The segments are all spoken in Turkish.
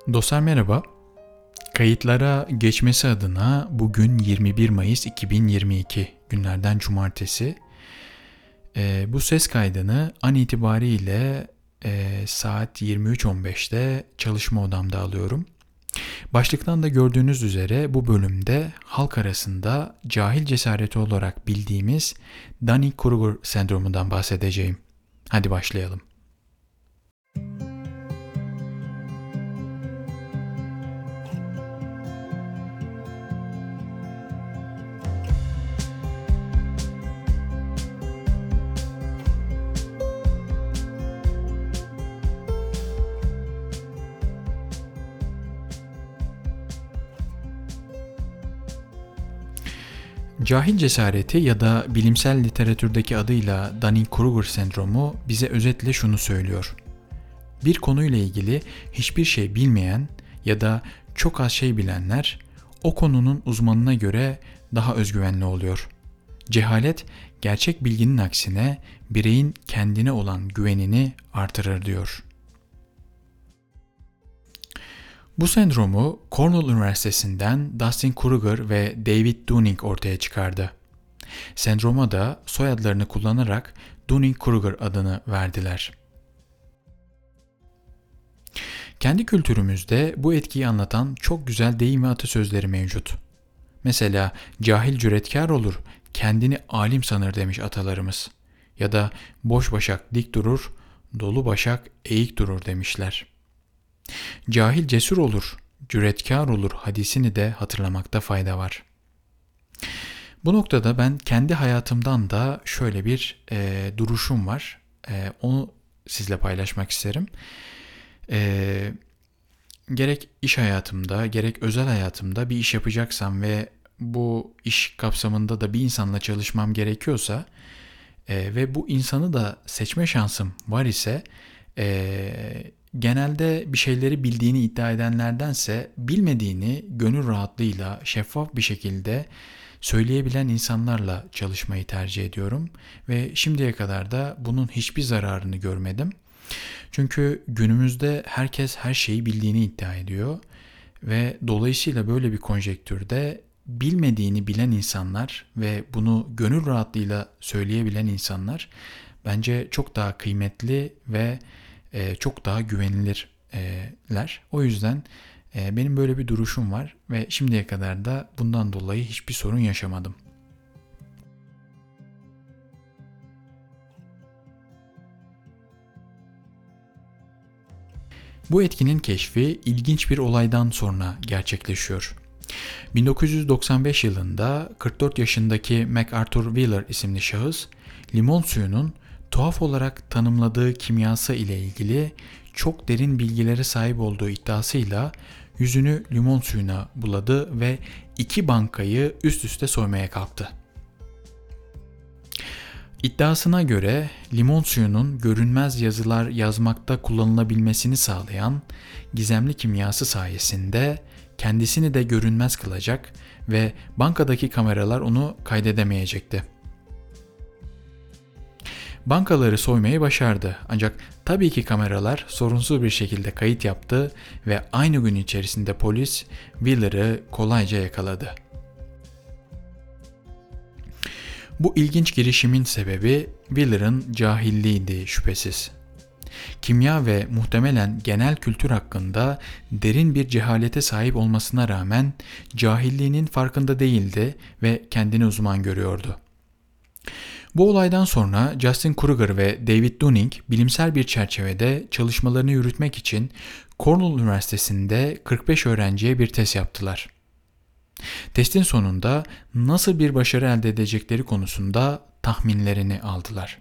Dostlar merhaba. Kayıtlara geçmesi adına bugün 21 Mayıs 2022 günlerden cumartesi. Bu ses kaydını an itibariyle saat 23.15'te çalışma odamda alıyorum. Başlıktan da gördüğünüz üzere bu bölümde halk arasında cahil cesareti olarak bildiğimiz Dunning-Kruger sendromundan bahsedeceğim. Hadi başlayalım. Cahil cesareti ya da bilimsel literatürdeki adıyla Dunning-Kruger sendromu bize özetle şunu söylüyor. Bir konuyla ilgili hiçbir şey bilmeyen ya da çok az şey bilenler o konunun uzmanına göre daha özgüvenli oluyor. Cehalet, gerçek bilginin aksine bireyin kendine olan güvenini artırır diyor. Bu sendromu Cornell Üniversitesi'nden Dustin Kruger ve David Dunning ortaya çıkardı. Sendroma da soyadlarını kullanarak Dunning-Kruger adını verdiler. Kendi kültürümüzde bu etkiyi anlatan çok güzel deyim ve atasözleri mevcut. Mesela cahil cüretkar olur, kendini alim sanır demiş atalarımız. Ya da boş başak dik durur, dolu başak eğik durur demişler. Cahil cesur olur, cüretkar olur hadisini de hatırlamakta fayda var. Bu noktada ben kendi hayatımdan da şöyle bir duruşum var. Onu sizle paylaşmak isterim. Gerek iş hayatımda, gerek özel hayatımda bir iş yapacaksam ve bu iş kapsamında da bir insanla çalışmam gerekiyorsa ve bu insanı da seçme şansım var ise genelde bir şeyleri bildiğini iddia edenlerdense bilmediğini gönül rahatlığıyla şeffaf bir şekilde söyleyebilen insanlarla çalışmayı tercih ediyorum ve şimdiye kadar da bunun hiçbir zararını görmedim. Çünkü günümüzde herkes her şeyi bildiğini iddia ediyor ve dolayısıyla böyle bir konjektürde bilmediğini bilen insanlar ve bunu gönül rahatlığıyla söyleyebilen insanlar bence çok daha kıymetli ve çok daha güvenilirler. O yüzden benim böyle bir duruşum var ve şimdiye kadar da bundan dolayı hiçbir sorun yaşamadım. Bu etkinin keşfi ilginç bir olaydan sonra gerçekleşiyor. 1995 yılında 44 yaşındaki MacArthur Wheeler isimli şahıs, limon suyunun tuhaf olarak tanımladığı kimyası ile ilgili çok derin bilgilere sahip olduğu iddiasıyla yüzünü limon suyuna buladı ve 2 bankayı üst üste soymaya kalktı. İddiasına göre limon suyunun görünmez yazılar yazmakta kullanılabilmesini sağlayan gizemli kimyası sayesinde kendisini de görünmez kılacak ve bankadaki kameralar onu kaydedemeyecekti. Bankaları soymayı başardı ancak tabii ki kameralar sorunsuz bir şekilde kayıt yaptı ve aynı gün içerisinde polis Wheeler'ı kolayca yakaladı. Bu ilginç girişimin sebebi Wheeler'ın cahilliğiydi şüphesiz. Kimya ve muhtemelen genel kültür hakkında derin bir cehalete sahip olmasına rağmen cahilliğinin farkında değildi ve kendini uzman görüyordu. Bu olaydan sonra Justin Kruger ve David Dunning bilimsel bir çerçevede çalışmalarını yürütmek için Cornell Üniversitesi'nde 45 öğrenciye bir test yaptılar. Testin sonunda nasıl bir başarı elde edecekleri konusunda tahminlerini aldılar.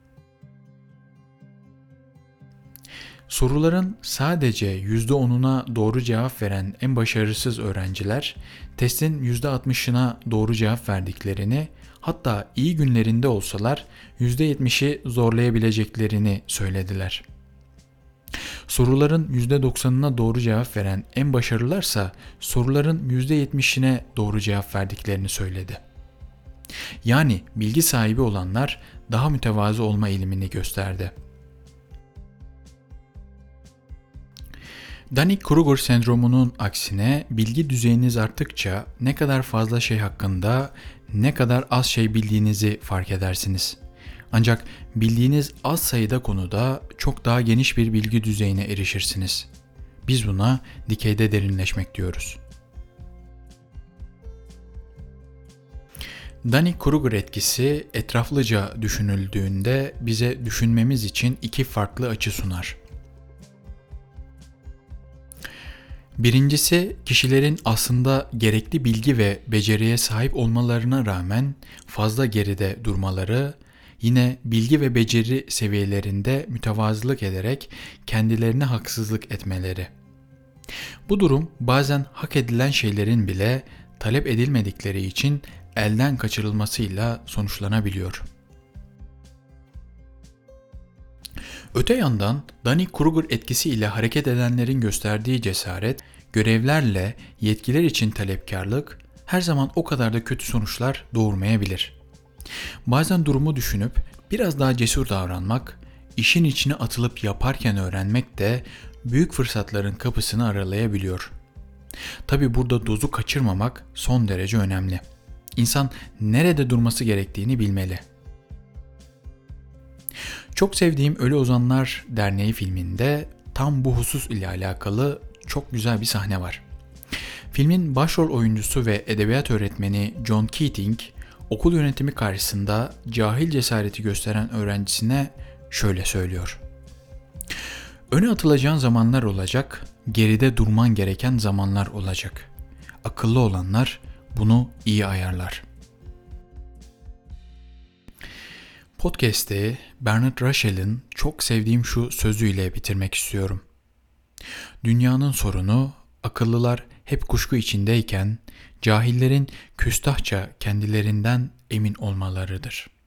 Soruların sadece %10'una doğru cevap veren en başarısız öğrenciler, testin %60'ına doğru cevap verdiklerini, hatta iyi günlerinde olsalar %70'i zorlayabileceklerini söylediler. Soruların %90'ına doğru cevap veren en başarılılarsa soruların %70'ine doğru cevap verdiklerini söyledi. Yani bilgi sahibi olanlar daha mütevazı olma eğilimini gösterdi. Dunning-Kruger sendromunun aksine bilgi düzeyiniz arttıkça ne kadar fazla şey hakkında ne kadar az şey bildiğinizi fark edersiniz. Ancak bildiğiniz az sayıda konuda çok daha geniş bir bilgi düzeyine erişirsiniz. Biz buna dikeyde derinleşmek diyoruz. Dunning-Kruger etkisi etraflıca düşünüldüğünde bize düşünmemiz için iki farklı açı sunar. Birincisi, kişilerin aslında gerekli bilgi ve beceriye sahip olmalarına rağmen fazla geride durmaları, yine bilgi ve beceri seviyelerinde mütevazılık ederek kendilerine haksızlık etmeleri. Bu durum bazen hak edilen şeylerin bile talep edilmedikleri için elden kaçırılmasıyla sonuçlanabiliyor. Öte yandan Dunning-Kruger etkisi ile hareket edenlerin gösterdiği cesaret, görevlerle yetkiler için talepkarlık her zaman o kadar da kötü sonuçlar doğurmayabilir. Bazen durumu düşünüp biraz daha cesur davranmak, işin içine atılıp yaparken öğrenmek de büyük fırsatların kapısını aralayabiliyor. Tabi burada dozu kaçırmamak son derece önemli. İnsan nerede durması gerektiğini bilmeli. Çok sevdiğim Ölü Ozanlar Derneği filminde tam bu husus ile alakalı çok güzel bir sahne var. Filmin başrol oyuncusu ve edebiyat öğretmeni John Keating, okul yönetimi karşısında cahil cesareti gösteren öğrencisine şöyle söylüyor. Öne atılacağın zamanlar olacak, geride durman gereken zamanlar olacak. Akıllı olanlar bunu iyi ayarlar. Podcast'i Bernard Russell'in çok sevdiğim şu sözüyle bitirmek istiyorum. Dünyanın sorunu akıllılar hep kuşku içindeyken cahillerin küstahça kendilerinden emin olmalarıdır.